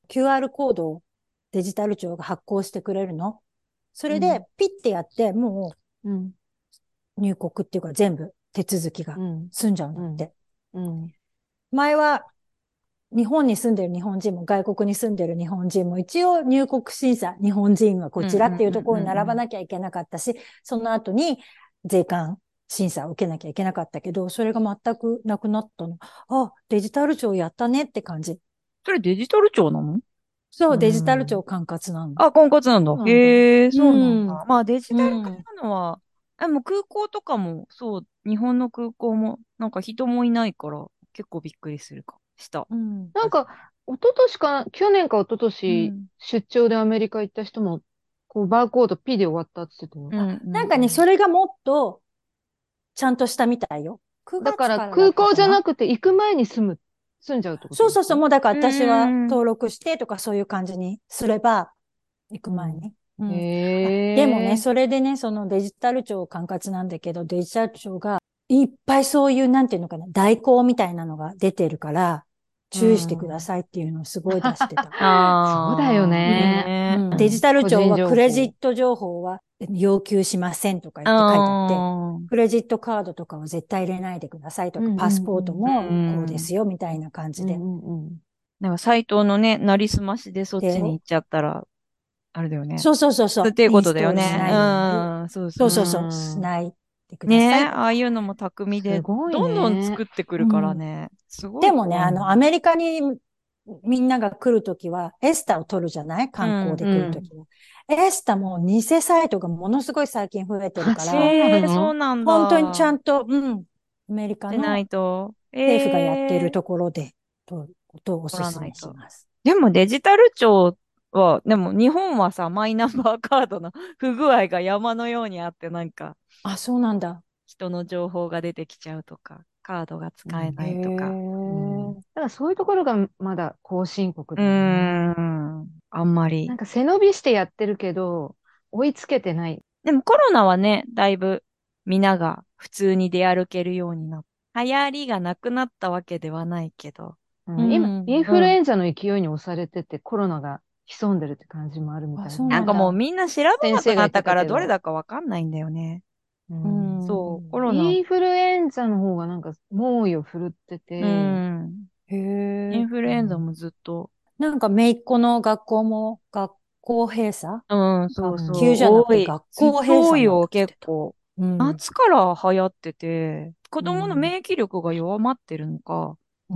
[SPEAKER 2] キューアール コードをデジタル庁が発行してくれるの。それで
[SPEAKER 3] うん、
[SPEAKER 2] ピッてやって、も
[SPEAKER 3] うん、
[SPEAKER 2] う入国っていうか全部手続きが
[SPEAKER 3] うん、
[SPEAKER 2] 済んじゃうん
[SPEAKER 3] うん、
[SPEAKER 2] だって。
[SPEAKER 3] うん、
[SPEAKER 2] 前は日本に住んでる日本人も外国に住んでる日本人も一応入国審査、日本人はこちらっていうところに並ばなきゃいけなかったし、その後に税関審査を受けなきゃいけなかったけど、それが全くなくなったの。あ、デジタル庁やったねって感じ。
[SPEAKER 1] それデジタル庁なの？
[SPEAKER 2] そう、
[SPEAKER 3] う
[SPEAKER 2] デジタル庁
[SPEAKER 3] ん。
[SPEAKER 2] 管轄なの。
[SPEAKER 1] あ、婚活なんだ。
[SPEAKER 3] そうなんだ。
[SPEAKER 1] へえ、
[SPEAKER 2] う
[SPEAKER 1] そうなん
[SPEAKER 2] ん。
[SPEAKER 1] だ。まあデジ
[SPEAKER 2] う
[SPEAKER 1] タル化
[SPEAKER 2] ん。
[SPEAKER 1] なのは、でも空港とかも、そう、日本の空港も、なんか人もいないから、結構びっくりするか、した。
[SPEAKER 2] うん。
[SPEAKER 3] なんか、一昨年か、去年か一昨年、
[SPEAKER 1] うん。
[SPEAKER 3] 出張でアメリカ行った人も、こう、バーコード P で終わったって言ってたよ。
[SPEAKER 1] うん、
[SPEAKER 2] あ、
[SPEAKER 1] うん、
[SPEAKER 2] なんかね、それがもっとちゃんとしたみたいよ。9
[SPEAKER 3] だから、
[SPEAKER 2] 月からだ
[SPEAKER 3] 空港じゃ
[SPEAKER 2] ったかな。
[SPEAKER 3] なくて行く前に住む、住んじゃうってこと
[SPEAKER 2] そうそうそう、
[SPEAKER 3] でしょ？
[SPEAKER 2] もうだから
[SPEAKER 1] う
[SPEAKER 2] 私は
[SPEAKER 1] ん。うーん。
[SPEAKER 2] 登録してとかそういう感じにすれば、行く
[SPEAKER 3] うん。
[SPEAKER 2] 前に。うん。あ、でもね、
[SPEAKER 3] へえ。
[SPEAKER 2] それでね、そのデジタル庁管轄なんだけど、デジタル庁がいっぱいそういう、なんていうのかな、代行みたいなのが出てるから、
[SPEAKER 3] う
[SPEAKER 2] 注意してくだ
[SPEAKER 3] ん。
[SPEAKER 2] さいっていうのをすごい出してた。
[SPEAKER 3] そうだよ
[SPEAKER 1] ああ、
[SPEAKER 2] うん。
[SPEAKER 3] ね。
[SPEAKER 2] う
[SPEAKER 1] ねえ。
[SPEAKER 2] ん、デジ
[SPEAKER 3] うん。
[SPEAKER 2] タル庁
[SPEAKER 3] 個人
[SPEAKER 2] はクレジ
[SPEAKER 3] 情報。
[SPEAKER 2] ット情報は要求しませんとか言って書いてあって、
[SPEAKER 1] ああ、
[SPEAKER 2] クレジットカードとかは絶対入れないでくださいとか、
[SPEAKER 3] うんう
[SPEAKER 2] パスポート
[SPEAKER 3] んうん。
[SPEAKER 1] う
[SPEAKER 2] もこうです
[SPEAKER 1] ん。
[SPEAKER 2] よみたいな感
[SPEAKER 3] うん
[SPEAKER 2] じで。
[SPEAKER 3] うんうん。
[SPEAKER 1] なんか、サイトのね、なりすましでそっ
[SPEAKER 2] で、
[SPEAKER 1] ちに行っちゃったら、あれだよね。
[SPEAKER 2] そうそうそうそう、
[SPEAKER 1] っていうこと
[SPEAKER 2] インス
[SPEAKER 1] だよね。
[SPEAKER 2] トールしないで、
[SPEAKER 1] うん、そう
[SPEAKER 2] そう
[SPEAKER 1] そうそ
[SPEAKER 2] そうそう、し
[SPEAKER 3] うん。
[SPEAKER 2] ないでく
[SPEAKER 1] う。ねえ、
[SPEAKER 2] ださい。
[SPEAKER 1] ああいうのも巧みで、
[SPEAKER 3] すごい
[SPEAKER 1] どんどん
[SPEAKER 3] ね。
[SPEAKER 1] 作ってくるから
[SPEAKER 2] うん。
[SPEAKER 1] ね。すごい
[SPEAKER 2] でもね、あの、ア
[SPEAKER 1] 怖いもん。
[SPEAKER 2] メリカにみんなが来るときは、エスタを取るじゃない
[SPEAKER 1] うん。
[SPEAKER 2] 観光で
[SPEAKER 3] うん。
[SPEAKER 2] 来るときは。エスタも偽サイトがものすごい最近増えてる
[SPEAKER 3] あ、
[SPEAKER 2] から、
[SPEAKER 3] そうな
[SPEAKER 1] ええ、そう
[SPEAKER 3] の？
[SPEAKER 1] なん
[SPEAKER 2] 本当にちゃ
[SPEAKER 1] だ。
[SPEAKER 2] んと、うん、アメリカ
[SPEAKER 1] でない
[SPEAKER 2] の
[SPEAKER 1] と。
[SPEAKER 2] 政府がやってい
[SPEAKER 1] ええ、
[SPEAKER 2] るところで、とることをお
[SPEAKER 1] 取ら
[SPEAKER 2] 勧めし
[SPEAKER 1] ないと。
[SPEAKER 2] ます。
[SPEAKER 1] でもデジタル庁は、でも日本はさ、マイナンバーカードの不具合が山のようにあって、なんか、
[SPEAKER 2] あ、そうなんだ。
[SPEAKER 1] 人の情報が出てきちゃうとか、カードが使え
[SPEAKER 3] うん。
[SPEAKER 2] へ
[SPEAKER 1] ないとか。
[SPEAKER 2] え。
[SPEAKER 3] うん。だからそういうところがまだ後進国
[SPEAKER 1] うー
[SPEAKER 3] だよね。
[SPEAKER 1] ん、あんまり。
[SPEAKER 3] なんか背伸びしてやってるけど、追いつけてない。
[SPEAKER 1] でもコロナはね、だいぶ皆が普通に出歩けるようになった。流行りがなくなったわけではないけど。
[SPEAKER 2] う
[SPEAKER 3] うん、今、イン
[SPEAKER 2] ん、
[SPEAKER 3] フル
[SPEAKER 2] うん。
[SPEAKER 3] エンザの勢いに押されててコロナが潜んでるって感じもあるみ
[SPEAKER 2] あ、
[SPEAKER 3] たい
[SPEAKER 2] そう
[SPEAKER 1] なんかもう
[SPEAKER 2] なんだ。
[SPEAKER 1] みんな調べなく
[SPEAKER 3] 先生が言って
[SPEAKER 1] なったから
[SPEAKER 3] たけど。
[SPEAKER 1] どれだかわかんないんだよね。
[SPEAKER 3] う
[SPEAKER 2] う
[SPEAKER 3] ん。
[SPEAKER 1] そう、コ
[SPEAKER 2] ん。
[SPEAKER 1] ロナ。
[SPEAKER 3] インフルエンザの方がなんか猛威を振るって
[SPEAKER 1] う
[SPEAKER 3] て、
[SPEAKER 1] ん。
[SPEAKER 2] へえ。
[SPEAKER 1] インフル
[SPEAKER 3] うん。
[SPEAKER 1] エンザもずっと。
[SPEAKER 2] なんか、姪っ子の学校も学校閉鎖
[SPEAKER 1] うん、そう
[SPEAKER 2] 学
[SPEAKER 1] そ
[SPEAKER 3] うん。
[SPEAKER 2] 級じゃなく
[SPEAKER 1] う。多い。
[SPEAKER 2] て学
[SPEAKER 1] ずっ
[SPEAKER 2] 校閉鎖になっ
[SPEAKER 1] と多いよ、
[SPEAKER 2] たって言ってた。
[SPEAKER 1] 結構。
[SPEAKER 2] うん。
[SPEAKER 1] 夏から流行ってて、子供の
[SPEAKER 2] うん。
[SPEAKER 1] 免疫力が弱まってるのか。
[SPEAKER 2] うー
[SPEAKER 3] うん。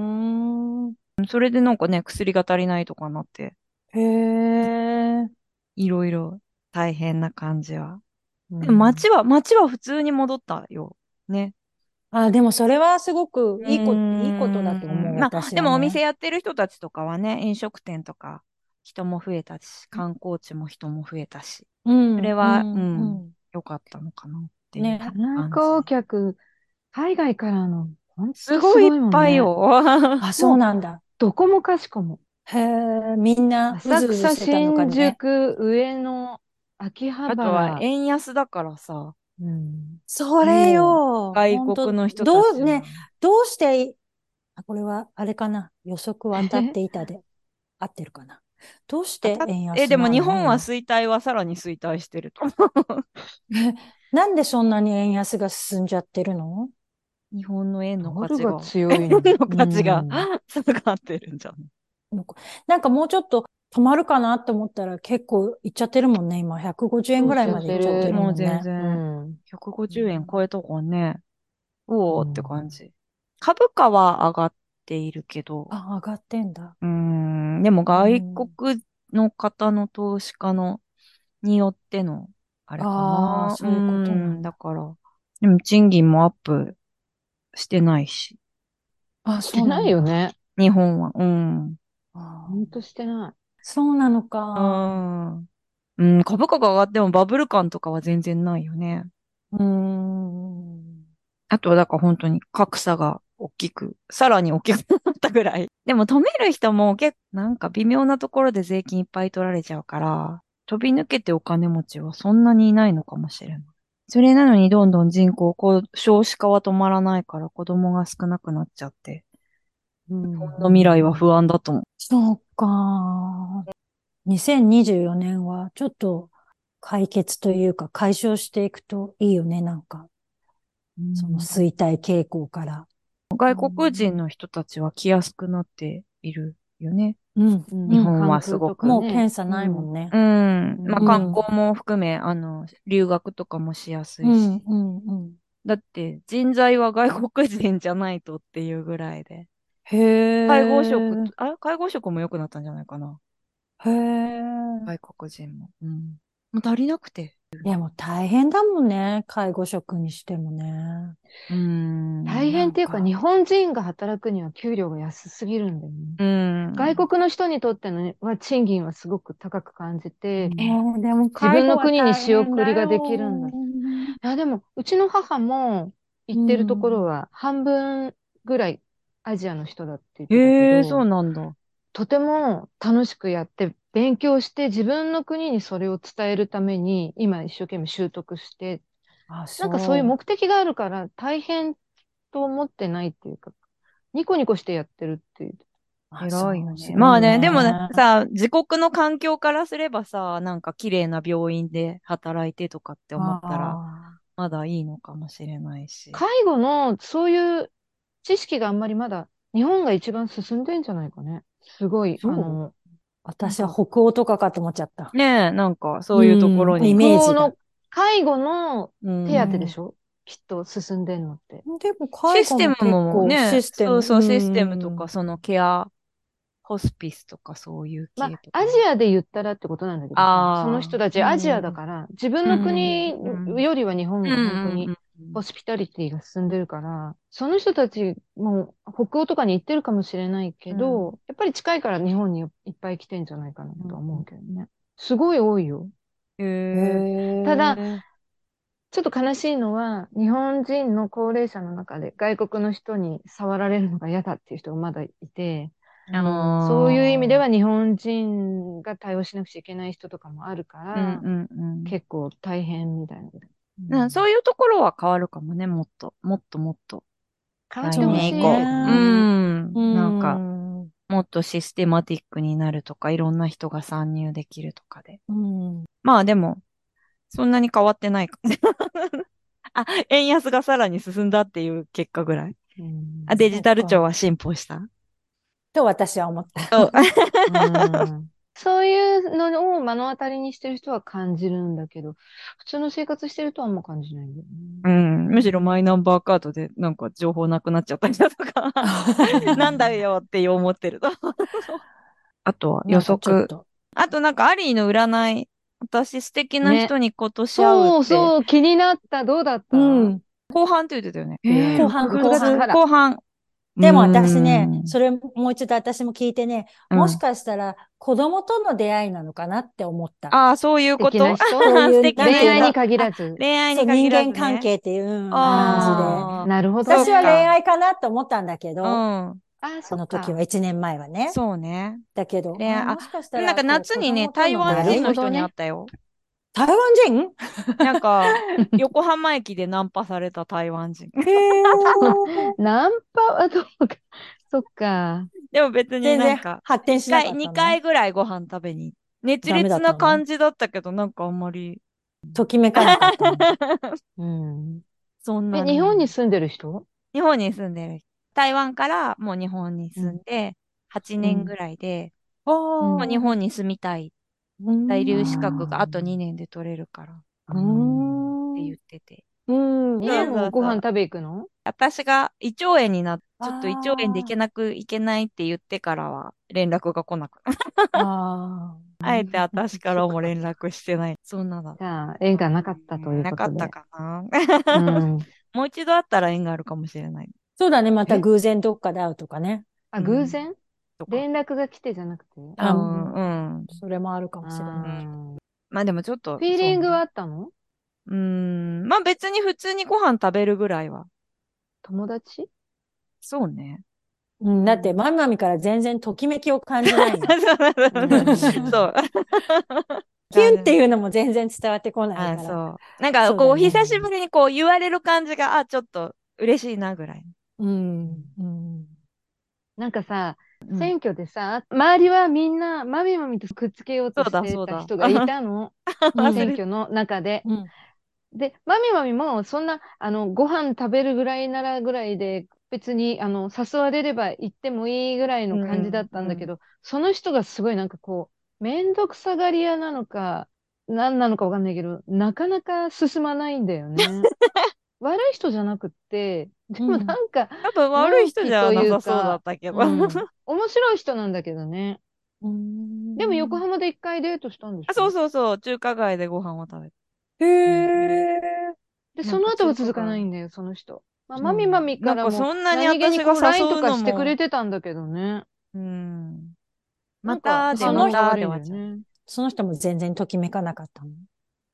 [SPEAKER 2] ん。
[SPEAKER 1] それでなんかね、薬が足りないとかなって、
[SPEAKER 2] へえ。
[SPEAKER 1] いろいろ大変な感じは。
[SPEAKER 3] う
[SPEAKER 1] でも街
[SPEAKER 3] ん。
[SPEAKER 1] は、街は普通に戻ったよ。ね。
[SPEAKER 2] あ、でもそれはすごく
[SPEAKER 1] う
[SPEAKER 2] いいこ、いいことだと思う、
[SPEAKER 1] ーん。まあ、でもお店
[SPEAKER 2] 私はね。
[SPEAKER 1] やってる人たちとかはね、飲食店とか人も増えたし、観光地も人も増えたし、
[SPEAKER 2] うん、う
[SPEAKER 1] それは、う
[SPEAKER 2] ん、う
[SPEAKER 1] ん、
[SPEAKER 2] ん。
[SPEAKER 1] 良かったのかなっていう
[SPEAKER 2] ね。
[SPEAKER 3] 観
[SPEAKER 1] 感じ。
[SPEAKER 3] 光客、海外からの、ほん
[SPEAKER 1] すごいいっ
[SPEAKER 3] とすごいもんね。
[SPEAKER 1] ぱいよ。
[SPEAKER 2] あ、そう
[SPEAKER 3] もう、
[SPEAKER 2] なんだ。
[SPEAKER 3] どこもかしこも。
[SPEAKER 2] へえ、みんなう
[SPEAKER 3] 浅草、
[SPEAKER 2] ずうずしてたのか
[SPEAKER 3] 新
[SPEAKER 2] ね。
[SPEAKER 3] 宿、上野、秋葉
[SPEAKER 1] あとは
[SPEAKER 3] 原。
[SPEAKER 1] 円安だからさ、
[SPEAKER 3] うん。
[SPEAKER 2] それ
[SPEAKER 3] も
[SPEAKER 2] よ。
[SPEAKER 1] 外
[SPEAKER 2] 本当
[SPEAKER 1] 国の人
[SPEAKER 2] どう、ね、
[SPEAKER 1] たちは。
[SPEAKER 2] どうしてあ、これは、あれかな。予測
[SPEAKER 3] う、
[SPEAKER 2] は当たっ
[SPEAKER 3] え
[SPEAKER 2] ていたで、合ってるかな。どうし
[SPEAKER 1] 当たっ、
[SPEAKER 2] て円
[SPEAKER 1] え、
[SPEAKER 2] 安な
[SPEAKER 1] でも日本は
[SPEAKER 2] の今？
[SPEAKER 1] 衰退はさらに衰退してると思う。
[SPEAKER 2] なんでそんなに円安が進んじゃってるの？
[SPEAKER 1] 日本の円の
[SPEAKER 3] ドルが
[SPEAKER 1] 価値が、円
[SPEAKER 3] 強いの。
[SPEAKER 1] の
[SPEAKER 3] う
[SPEAKER 1] 価値が
[SPEAKER 3] ん。
[SPEAKER 1] 下がってるんじゃん。
[SPEAKER 2] なんかもうちょっと止まるかなって思ったら結構いっちゃってるもんね。今ひゃくごじゅうえんぐらい
[SPEAKER 3] やっ
[SPEAKER 2] までいっちゃって
[SPEAKER 3] てる。
[SPEAKER 2] る
[SPEAKER 1] もう全
[SPEAKER 2] もんね。
[SPEAKER 3] う
[SPEAKER 1] 然、
[SPEAKER 3] ん。
[SPEAKER 2] う
[SPEAKER 1] ひゃくごじゅうえん超え
[SPEAKER 2] ん。
[SPEAKER 1] たかね。う
[SPEAKER 3] う
[SPEAKER 1] おーって感
[SPEAKER 3] ん。
[SPEAKER 1] じ。株価は上がっているけど、
[SPEAKER 2] あ、上がってんだ。
[SPEAKER 1] うーん、でも
[SPEAKER 2] う
[SPEAKER 1] 外
[SPEAKER 2] ん。
[SPEAKER 1] 国の方の投資家の、によっての、あれか
[SPEAKER 2] ああ、
[SPEAKER 1] な。うー
[SPEAKER 2] そういうことな
[SPEAKER 1] ん、
[SPEAKER 2] んだ。
[SPEAKER 1] だから、でも賃金もアップしてないし、
[SPEAKER 2] あ、
[SPEAKER 3] してない
[SPEAKER 2] そうなんだ。
[SPEAKER 3] よね。
[SPEAKER 1] 日本は、うん。
[SPEAKER 2] あ
[SPEAKER 3] ほん
[SPEAKER 2] ー、
[SPEAKER 3] としてな
[SPEAKER 2] そうなの
[SPEAKER 1] う
[SPEAKER 2] か。
[SPEAKER 1] ん。うん、株価が上がってもバブル感とかは全然ないよね。
[SPEAKER 2] うーん。
[SPEAKER 1] あとはだから本当に格差が大きく、さらに大きくなったぐらい。でも止める人も結構なんか微妙なところで税金いっぱい取られちゃうから、飛び抜けてお金持ちはそんなにいないのかもしれない。それなのにどんどん人口、こう、少子化は止まらないから子供が少なくなっちゃって、
[SPEAKER 3] い。うん。
[SPEAKER 1] 日本の未来は不安だと思う。
[SPEAKER 2] そうか。にせんにじゅうよねんはちょっと解決というか解消していくといいよね、なんか。その衰退傾向から。
[SPEAKER 1] 外国人の人たちは来やすくなっているよね。
[SPEAKER 2] うん。
[SPEAKER 3] うん
[SPEAKER 1] 日本はすごく。
[SPEAKER 2] もう
[SPEAKER 3] 関空とかね。
[SPEAKER 2] 検査ないもんね。
[SPEAKER 1] うん。
[SPEAKER 3] うん
[SPEAKER 1] まあ観光も含め、あの、留学とかもしやすいし。
[SPEAKER 2] うん、うん、うん。
[SPEAKER 1] だって人材は外国人じゃないとっていうぐらいで。
[SPEAKER 2] へ
[SPEAKER 1] 介護職、
[SPEAKER 2] え。
[SPEAKER 1] あ、介護職も良くなったんじゃないかな。
[SPEAKER 2] へえ。
[SPEAKER 1] 外国人も。うん。もう足りなくて。
[SPEAKER 2] いや、もう大変だもんね。介護職にしてもね。
[SPEAKER 1] うーん。
[SPEAKER 3] 大変っていうか、
[SPEAKER 2] なんか
[SPEAKER 3] 日本人が働くには給料が安すぎるんだよね。
[SPEAKER 1] うん。
[SPEAKER 3] 外国の人にとってのねは賃金はすごく高く感じて、
[SPEAKER 1] うん
[SPEAKER 2] えー、でも
[SPEAKER 3] 自分
[SPEAKER 2] 介護は
[SPEAKER 3] の国に
[SPEAKER 2] 大変だ
[SPEAKER 3] 仕送りができるんだ。い
[SPEAKER 2] よ。
[SPEAKER 3] や、でも、うちの母も行
[SPEAKER 2] う
[SPEAKER 3] ってるところ
[SPEAKER 2] ん。
[SPEAKER 3] は半分ぐらいアジアの人だって言ってたけ
[SPEAKER 1] へえ、そう
[SPEAKER 3] ど、
[SPEAKER 1] なんだ。
[SPEAKER 3] とても楽しくやって勉強して自分の国にそれを伝えるために今一生懸命習得して、
[SPEAKER 2] あ、
[SPEAKER 3] なんかそういう
[SPEAKER 2] そう。
[SPEAKER 3] 目的があるから大変と思ってないっていうか、ニコニコしてやってるっていう。
[SPEAKER 2] あ、そう、
[SPEAKER 1] 偉いよね。
[SPEAKER 2] すごい
[SPEAKER 1] まあね、でもね、
[SPEAKER 2] ね。
[SPEAKER 1] さ、自国の環境からすればさ、なんか綺麗な病院で働いてとかって思ったら、
[SPEAKER 2] あ
[SPEAKER 1] まだいいのかもしれないし。
[SPEAKER 3] 介護のそういう知識があんまりまだ日本が一番進んでんじゃないかね。すごい、
[SPEAKER 2] そう。
[SPEAKER 3] あの、なん
[SPEAKER 2] 私は
[SPEAKER 3] か、
[SPEAKER 2] 北欧とかかと思っちゃった。
[SPEAKER 1] ねえ、なんかそういうとこ
[SPEAKER 2] うん、イ
[SPEAKER 1] ろに。
[SPEAKER 2] メージが。
[SPEAKER 3] 北欧の介護の
[SPEAKER 1] う
[SPEAKER 3] 手当
[SPEAKER 1] ん。
[SPEAKER 3] でしょ、きっと進んでんのって。
[SPEAKER 2] でも介
[SPEAKER 1] システム
[SPEAKER 2] 護も結構
[SPEAKER 1] もね、
[SPEAKER 2] システム、
[SPEAKER 1] そうそう、システムと
[SPEAKER 2] うん、
[SPEAKER 1] か、そのケア、ホスピスとかそういう
[SPEAKER 3] まあ、
[SPEAKER 1] 系とか。
[SPEAKER 3] アジアで言ったらってことなんだけどさ、その人
[SPEAKER 1] ああ、
[SPEAKER 3] たちアジアだ
[SPEAKER 2] うん、
[SPEAKER 3] から、自分の
[SPEAKER 1] うん、
[SPEAKER 3] 国
[SPEAKER 1] うん、
[SPEAKER 3] よりは日本
[SPEAKER 1] うん、
[SPEAKER 3] が本当に
[SPEAKER 1] うん、うん。
[SPEAKER 3] ホスピタリティが進んでるから、その人たちも北欧とかに行ってるかもしれないけ
[SPEAKER 1] うん
[SPEAKER 3] ど、やっぱり近いから日本にいっぱい来てんじゃないかな
[SPEAKER 1] うん
[SPEAKER 3] とは思うけどね。すごい多いよ。
[SPEAKER 1] へ
[SPEAKER 2] へ
[SPEAKER 1] え、
[SPEAKER 3] ただ、
[SPEAKER 2] え、
[SPEAKER 3] ちょっと悲しいのは、日本人の高齢者の中で外国の人に触られるのが嫌だっていう人がまだいて、
[SPEAKER 2] う
[SPEAKER 3] そういう意味で
[SPEAKER 1] ああ、
[SPEAKER 3] は日本人が対応しなくちゃいけない人とかもあるか
[SPEAKER 1] うん、
[SPEAKER 3] ら、
[SPEAKER 1] うん、うん。
[SPEAKER 3] 結構大変みたいなこと。う
[SPEAKER 1] な、そ
[SPEAKER 3] ん、
[SPEAKER 1] ういうところは変わるかもね、もっと、もっともっと。来
[SPEAKER 3] 変わってほし
[SPEAKER 2] そう
[SPEAKER 1] 年以降。
[SPEAKER 3] いけど
[SPEAKER 1] う
[SPEAKER 2] ね。
[SPEAKER 3] ね。
[SPEAKER 1] ん、
[SPEAKER 2] う
[SPEAKER 1] なんか、
[SPEAKER 2] ん、
[SPEAKER 1] もっとシステマティックになるとか、いろんな人が参入できるとかで。
[SPEAKER 2] うん。
[SPEAKER 1] まあでも、そんなに変わってないか。あ、円安がさらに進んだっていう結果ぐらい。
[SPEAKER 3] う
[SPEAKER 1] あ、
[SPEAKER 3] ん。
[SPEAKER 1] デジタル庁
[SPEAKER 2] そっか。
[SPEAKER 1] は進歩した。
[SPEAKER 2] と私は思った。
[SPEAKER 1] そう。
[SPEAKER 3] うん。そういうのを目の当たりにしてる人は感じるんだけど、普通の生活してるとはあんま感じないんだよね。
[SPEAKER 1] うん、むしろマイナンバーカードでなんか情報なくなっちゃったりだとか、なんだよって思ってると。あとは予
[SPEAKER 2] なんかちょっ
[SPEAKER 1] 測。
[SPEAKER 2] と。
[SPEAKER 1] あとなんかアリーの占い。私素敵な
[SPEAKER 3] ね。
[SPEAKER 1] 人に今年会うって、
[SPEAKER 3] そうそう、気になった。どうだっ
[SPEAKER 2] う
[SPEAKER 3] た？
[SPEAKER 2] ん。
[SPEAKER 1] 後半って言ってたよね。
[SPEAKER 3] ええー、
[SPEAKER 2] 後半、
[SPEAKER 3] 6
[SPEAKER 2] 後半。
[SPEAKER 3] 月から。
[SPEAKER 1] 後半。うー
[SPEAKER 2] でも私ね、
[SPEAKER 1] ん。
[SPEAKER 2] それもう一度私も聞いてね、
[SPEAKER 1] うん。
[SPEAKER 2] もしかしたら子供との出会いなのかなって思った。
[SPEAKER 1] ああ、そういう
[SPEAKER 3] 素
[SPEAKER 1] こと。
[SPEAKER 3] 敵な人？
[SPEAKER 2] そういう、
[SPEAKER 1] 素敵な人。
[SPEAKER 2] なんていうの、
[SPEAKER 3] 恋愛に限
[SPEAKER 2] あ、
[SPEAKER 3] らず。
[SPEAKER 1] 恋愛
[SPEAKER 2] そう、
[SPEAKER 1] に限
[SPEAKER 2] 人間関
[SPEAKER 1] らずね。
[SPEAKER 2] 係っていう感じで。
[SPEAKER 3] ああ、
[SPEAKER 1] ああ、
[SPEAKER 3] なるほど
[SPEAKER 2] 私は恋
[SPEAKER 3] ね。
[SPEAKER 1] そっか。
[SPEAKER 2] 愛かなと思ったんだけ
[SPEAKER 1] う
[SPEAKER 2] ど、
[SPEAKER 1] ん。
[SPEAKER 3] ああ、
[SPEAKER 2] その時は
[SPEAKER 3] そっか。
[SPEAKER 2] いちねんまえはね。
[SPEAKER 1] そうね。
[SPEAKER 2] だけど、
[SPEAKER 1] 恋愛、
[SPEAKER 2] あ、
[SPEAKER 1] あ、
[SPEAKER 2] もしかした
[SPEAKER 1] なんか
[SPEAKER 2] らこう子
[SPEAKER 1] 夏にね、
[SPEAKER 2] 供と
[SPEAKER 1] 台湾
[SPEAKER 3] なる
[SPEAKER 2] の出会い。
[SPEAKER 1] 人の人に会っ
[SPEAKER 3] ほどね。
[SPEAKER 1] たよ。
[SPEAKER 2] 台湾人
[SPEAKER 1] なんか、横浜駅でナンパされた台湾人。
[SPEAKER 2] へー。
[SPEAKER 3] ナンパはどうか。そっか。
[SPEAKER 1] でも別に
[SPEAKER 2] 全然
[SPEAKER 1] なんか、
[SPEAKER 2] 発展しな
[SPEAKER 1] 一回、
[SPEAKER 2] かったの？
[SPEAKER 1] 二回ぐらいご飯食べに。熱
[SPEAKER 2] ダメだ
[SPEAKER 1] 烈な
[SPEAKER 2] ったの？
[SPEAKER 1] 感じだったけど、なんかあんまり、
[SPEAKER 2] ときめかなかったの？
[SPEAKER 3] うん。え、
[SPEAKER 1] そんなに。
[SPEAKER 3] 日本に住んでる人？
[SPEAKER 1] 日本に住んでる。台湾からもう日本に
[SPEAKER 2] うん。
[SPEAKER 1] 住んで、8
[SPEAKER 2] うん。
[SPEAKER 1] 年ぐらいで、
[SPEAKER 2] あ
[SPEAKER 3] うん。
[SPEAKER 1] もう日
[SPEAKER 2] あ、
[SPEAKER 1] 本に住みたい。
[SPEAKER 2] うー
[SPEAKER 1] 在留資格
[SPEAKER 2] ん。
[SPEAKER 1] があと
[SPEAKER 3] あ
[SPEAKER 1] にねんで取れるからっ
[SPEAKER 3] あ。う
[SPEAKER 2] うー
[SPEAKER 3] ん。
[SPEAKER 1] て
[SPEAKER 2] ん。
[SPEAKER 1] 言ってて。
[SPEAKER 2] うん。
[SPEAKER 3] え、
[SPEAKER 2] でも、
[SPEAKER 1] そうそうそう。
[SPEAKER 3] ご飯食べ行くの？
[SPEAKER 1] 私が胃腸炎になっ、ちょっと胃腸炎で行け
[SPEAKER 2] あ
[SPEAKER 1] なく、行けないって言ってからは連絡が来なくなった。
[SPEAKER 2] あ、ああ、
[SPEAKER 1] あえて私からも
[SPEAKER 3] そっか。
[SPEAKER 1] 連絡してない。そんなだ。
[SPEAKER 3] じゃあ、縁がなかったという
[SPEAKER 1] なかった
[SPEAKER 3] ことで。
[SPEAKER 1] かな。
[SPEAKER 3] うん。
[SPEAKER 1] もう一度会ったら縁があるかもしれない。
[SPEAKER 2] そうだね。また
[SPEAKER 3] え、
[SPEAKER 2] 偶然どっかで会うとかね。
[SPEAKER 3] あ、
[SPEAKER 1] うん。
[SPEAKER 3] 偶然
[SPEAKER 1] とか。
[SPEAKER 3] 連絡が来てじゃなくて？
[SPEAKER 2] あ、う
[SPEAKER 1] うん、う
[SPEAKER 2] ん。
[SPEAKER 1] ん。
[SPEAKER 2] それもあるかもしれ
[SPEAKER 3] あ
[SPEAKER 2] ないけど。
[SPEAKER 3] ー、
[SPEAKER 1] まあでもちょっと、
[SPEAKER 3] フィー
[SPEAKER 1] そうね。
[SPEAKER 3] リングはあったの？
[SPEAKER 1] うーん。まあ別に普通にご飯食べるぐらいは。
[SPEAKER 3] 友達？
[SPEAKER 1] そうね。
[SPEAKER 2] うん。だって、
[SPEAKER 3] うん。
[SPEAKER 2] マナミから全然ときめきを感じないもん。
[SPEAKER 3] う
[SPEAKER 1] そ
[SPEAKER 3] ん。
[SPEAKER 1] う。
[SPEAKER 2] キュンって
[SPEAKER 1] 感じ。
[SPEAKER 2] いうのも全然伝わってこない
[SPEAKER 1] あ、
[SPEAKER 2] から。
[SPEAKER 1] そう。なんか、こう、
[SPEAKER 2] そうだね。
[SPEAKER 1] 久しぶりにこう言われる感じが、あ、ちょっと嬉しいなぐらい。
[SPEAKER 2] うん。うん。
[SPEAKER 3] なんかさ、
[SPEAKER 1] うん
[SPEAKER 3] 選挙でさ、周りはみんな、まみまみとくっつけようと
[SPEAKER 1] そうだ
[SPEAKER 3] して
[SPEAKER 1] そうだ
[SPEAKER 3] た人がいたの。
[SPEAKER 2] うん
[SPEAKER 3] 選挙の中で。
[SPEAKER 2] うん。
[SPEAKER 3] で、まみまみも、そんな、あの、ご飯食べるぐらいならぐらいで、別に、あの、誘われれば行ってもいいぐらいの感じだったんだけど、その人がすごいなんかこう、めんどくさがり屋なのか、何なのかわかんないけど、なかなか進まないんだよね。悪い人じゃなくって、でも
[SPEAKER 2] うん
[SPEAKER 3] なんか、
[SPEAKER 1] 多分悪い
[SPEAKER 3] のん
[SPEAKER 1] 人じゃ
[SPEAKER 3] きという
[SPEAKER 1] なさそうだっ
[SPEAKER 3] か、
[SPEAKER 1] たけど。
[SPEAKER 3] うん、面白い人なんだけどね。
[SPEAKER 2] う
[SPEAKER 3] でも横
[SPEAKER 2] ん。
[SPEAKER 3] 浜で一回デートしたんでし
[SPEAKER 1] あ、そう
[SPEAKER 3] ょ？
[SPEAKER 1] そうそう、中華街でご飯を食べて。
[SPEAKER 2] へ
[SPEAKER 3] うん。
[SPEAKER 2] え。
[SPEAKER 3] で、
[SPEAKER 1] なんか
[SPEAKER 3] その後が続か
[SPEAKER 1] 中華街。
[SPEAKER 3] ないんだよ、その人。まあ、
[SPEAKER 2] うん。
[SPEAKER 3] まみまみ
[SPEAKER 1] なん
[SPEAKER 3] からも
[SPEAKER 1] かそんなに
[SPEAKER 3] 何気に
[SPEAKER 1] 私が
[SPEAKER 3] こう ライン と
[SPEAKER 1] 誘う
[SPEAKER 3] かしてくれ
[SPEAKER 1] のも、
[SPEAKER 3] てたんだけどね。
[SPEAKER 1] うん。ま
[SPEAKER 3] なんか
[SPEAKER 1] たでま
[SPEAKER 2] その人、
[SPEAKER 3] 反応が
[SPEAKER 1] たで
[SPEAKER 3] 悪いんだよ
[SPEAKER 1] 終わっちゃう。
[SPEAKER 3] ね。
[SPEAKER 2] その人も全然ときめかなかったの。
[SPEAKER 1] うん、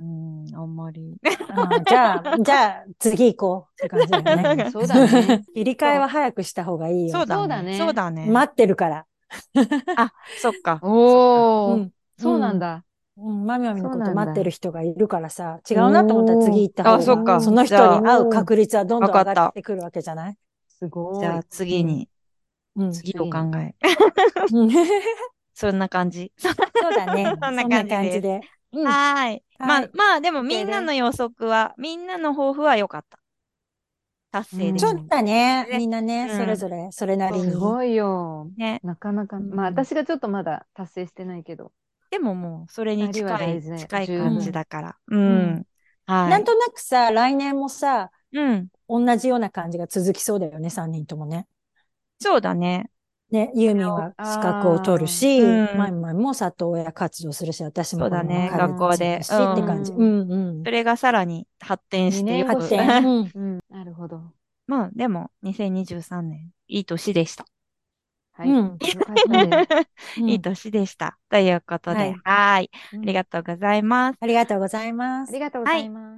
[SPEAKER 1] あんまり。
[SPEAKER 2] ああ、じゃあ、じゃあ、次行こうって感じだよね。
[SPEAKER 3] うん、そうだね。
[SPEAKER 2] 切り替えは早くした方がいいよ。
[SPEAKER 3] そうだ
[SPEAKER 1] そうだね。そう
[SPEAKER 3] ね。
[SPEAKER 1] だね。
[SPEAKER 2] 待ってるから。
[SPEAKER 1] あ、そっか。そっか。
[SPEAKER 3] おー、
[SPEAKER 2] うん。
[SPEAKER 3] そう
[SPEAKER 2] うん。
[SPEAKER 3] なんだ。
[SPEAKER 2] うん、まみまみの
[SPEAKER 3] そう
[SPEAKER 2] こと待ってる
[SPEAKER 3] なんだ。
[SPEAKER 2] 人がいるからさ、違うなと思ったら次
[SPEAKER 3] おー、
[SPEAKER 2] 行った
[SPEAKER 1] あ、
[SPEAKER 2] 方が、
[SPEAKER 1] そっか。
[SPEAKER 2] その
[SPEAKER 1] じゃあ、
[SPEAKER 2] 人に会う
[SPEAKER 3] おー、
[SPEAKER 2] 確率はどんどん上がっ
[SPEAKER 1] わかった。
[SPEAKER 2] てくるわけじゃない？
[SPEAKER 3] すごい。
[SPEAKER 1] じゃあ
[SPEAKER 2] うん。
[SPEAKER 1] 次に、
[SPEAKER 2] うん。
[SPEAKER 1] 次を考
[SPEAKER 3] 次に。
[SPEAKER 1] え。
[SPEAKER 2] うん
[SPEAKER 1] そんな感じ。
[SPEAKER 2] そうだね。
[SPEAKER 1] そんな
[SPEAKER 2] そんな
[SPEAKER 1] 感じです。
[SPEAKER 2] 感じで。うん。
[SPEAKER 1] はーい。まあ、
[SPEAKER 2] はい。
[SPEAKER 1] まあ、でもみ
[SPEAKER 3] OK
[SPEAKER 1] んな
[SPEAKER 3] です。
[SPEAKER 1] の予測は、みんなの抱負は良かった。達
[SPEAKER 3] う
[SPEAKER 1] 成できた。
[SPEAKER 2] そう
[SPEAKER 3] ん。
[SPEAKER 2] だね。
[SPEAKER 1] ね。
[SPEAKER 2] みんなね、それ
[SPEAKER 1] うん。
[SPEAKER 2] ぞれ、それな
[SPEAKER 1] そうそ
[SPEAKER 2] りに。
[SPEAKER 3] すごいよ。
[SPEAKER 1] う。ね。
[SPEAKER 3] なかなか、まあ
[SPEAKER 2] うん。
[SPEAKER 3] 私がちょっとまだ達成してないけど、
[SPEAKER 1] でももう、それに
[SPEAKER 3] 二人は
[SPEAKER 1] 近い、
[SPEAKER 3] 大事、
[SPEAKER 1] 近い感じ
[SPEAKER 3] 十分。
[SPEAKER 1] だから。う
[SPEAKER 2] うん。
[SPEAKER 1] ん。はい。
[SPEAKER 2] なんとなくさ、来年もさ、
[SPEAKER 1] うん。
[SPEAKER 2] 同じような感じが続きそうだよね、さんにんともね。
[SPEAKER 1] そうだね。
[SPEAKER 2] ね、ユーミン
[SPEAKER 1] それを、
[SPEAKER 2] は資格を取る
[SPEAKER 3] あ
[SPEAKER 1] う
[SPEAKER 2] し、マイ
[SPEAKER 1] ん。
[SPEAKER 2] マイも里親活動するし、私もこの
[SPEAKER 1] そうだね。
[SPEAKER 3] あ、
[SPEAKER 2] カル
[SPEAKER 1] 学校で。う
[SPEAKER 2] チャーだしって感じ。
[SPEAKER 1] ん。
[SPEAKER 2] う
[SPEAKER 3] うん。
[SPEAKER 2] んうん。
[SPEAKER 1] それがさらに発展してよく。
[SPEAKER 3] 二年越しだ
[SPEAKER 2] 発展。
[SPEAKER 3] ね。
[SPEAKER 2] うん。
[SPEAKER 3] うん。なるほど。
[SPEAKER 1] まあ、でも、にせんにじゅうさんねん、いい年でした。
[SPEAKER 3] はい。
[SPEAKER 2] うん。
[SPEAKER 3] よかった
[SPEAKER 2] うん。
[SPEAKER 3] です。
[SPEAKER 1] いい
[SPEAKER 2] うん。
[SPEAKER 1] 年でした。ということで、
[SPEAKER 2] はい。
[SPEAKER 1] はーい。あり
[SPEAKER 3] うん。
[SPEAKER 1] がとうございます。
[SPEAKER 2] ありがとうございます。
[SPEAKER 3] ありがとうご
[SPEAKER 1] はい。
[SPEAKER 3] ざいます。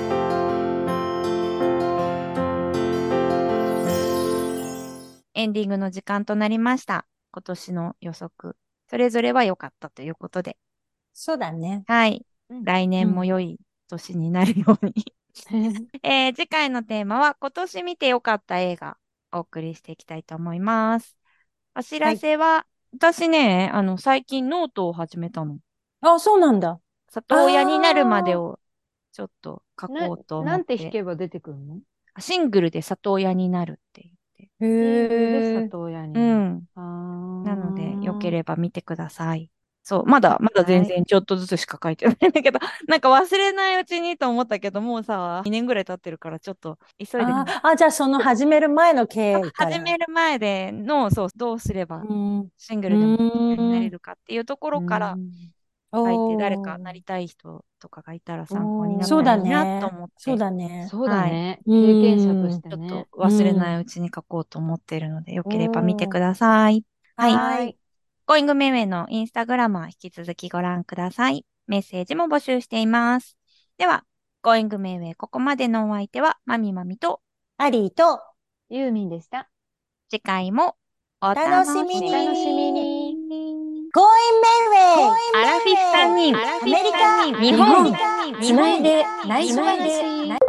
[SPEAKER 1] エンディングの時間となりました。今年の予測、それぞれは良かったということで、
[SPEAKER 2] そうだね。
[SPEAKER 1] はい。
[SPEAKER 3] うん。
[SPEAKER 1] 来
[SPEAKER 2] うん。
[SPEAKER 1] 年も良い年になるようにえー次回のテーマは、今年見て良かった映画、お送りしていきたいと思います。お知ら
[SPEAKER 2] はい。
[SPEAKER 1] せは、私ね、あの、最近ノートを始めたの。
[SPEAKER 2] あ、そうなんだ。
[SPEAKER 1] 里親になるまで
[SPEAKER 2] あ
[SPEAKER 1] をちょっと書
[SPEAKER 3] な、
[SPEAKER 1] こうと思
[SPEAKER 3] なんて弾
[SPEAKER 1] って、
[SPEAKER 3] けば出てくるの？
[SPEAKER 1] シングルで里親になるって言って。
[SPEAKER 2] ー。
[SPEAKER 3] シングルで
[SPEAKER 2] へえ。
[SPEAKER 3] 里親になる。
[SPEAKER 1] うん。
[SPEAKER 3] あ
[SPEAKER 1] なので、よけ
[SPEAKER 3] ー。
[SPEAKER 1] れば見てください。そう、まだ、まだ全
[SPEAKER 2] はい。
[SPEAKER 1] 然ちょっとずつしか書いてないんだけど、なんか忘れないうちにと思ったけど、もうさ、にねんぐらい経ってるから、ちょっと急いで、
[SPEAKER 2] あーあ、じゃあその始める前の経緯から。
[SPEAKER 1] 始める前での、そう、どうすれば
[SPEAKER 2] うん。う
[SPEAKER 1] シングルでも一緒にな
[SPEAKER 2] ーん。
[SPEAKER 1] れるかっていうとこ
[SPEAKER 3] う
[SPEAKER 1] ろから
[SPEAKER 3] ん。
[SPEAKER 1] 書いて、誰か
[SPEAKER 2] おー。
[SPEAKER 1] なりたい人とかがいたら参考になっ
[SPEAKER 2] そうだ
[SPEAKER 1] たらいいなと
[SPEAKER 2] ね。そう
[SPEAKER 1] 思って、
[SPEAKER 2] だね。
[SPEAKER 3] そうだ
[SPEAKER 1] はい。
[SPEAKER 3] ね。
[SPEAKER 2] う
[SPEAKER 3] 経験者とし
[SPEAKER 2] ーん。
[SPEAKER 3] てね。
[SPEAKER 1] ちょっと
[SPEAKER 2] う
[SPEAKER 1] 忘れないう
[SPEAKER 2] ん。
[SPEAKER 1] ちに書こうと思っているので、よければ見てく
[SPEAKER 2] おー。
[SPEAKER 1] ださい。はい。
[SPEAKER 2] はーい。
[SPEAKER 3] はーい。
[SPEAKER 1] ゴーイングメイウェイのインスタグラムは引き続きご覧ください。メッセージも募集しています。では、ゴーイングメイウェイここまでのお相手は、まみまみと、
[SPEAKER 2] アリーと
[SPEAKER 3] ユーミンでした。
[SPEAKER 1] 次回もお楽
[SPEAKER 2] 楽しみ
[SPEAKER 3] お
[SPEAKER 1] しみ
[SPEAKER 3] 楽しみ
[SPEAKER 2] に。
[SPEAKER 3] に。
[SPEAKER 1] に。
[SPEAKER 2] ゴーインメイウェイ
[SPEAKER 1] アラフィフさんにん、
[SPEAKER 2] アメリカ
[SPEAKER 1] 日
[SPEAKER 2] 日本
[SPEAKER 1] 本、つないで、内緒話。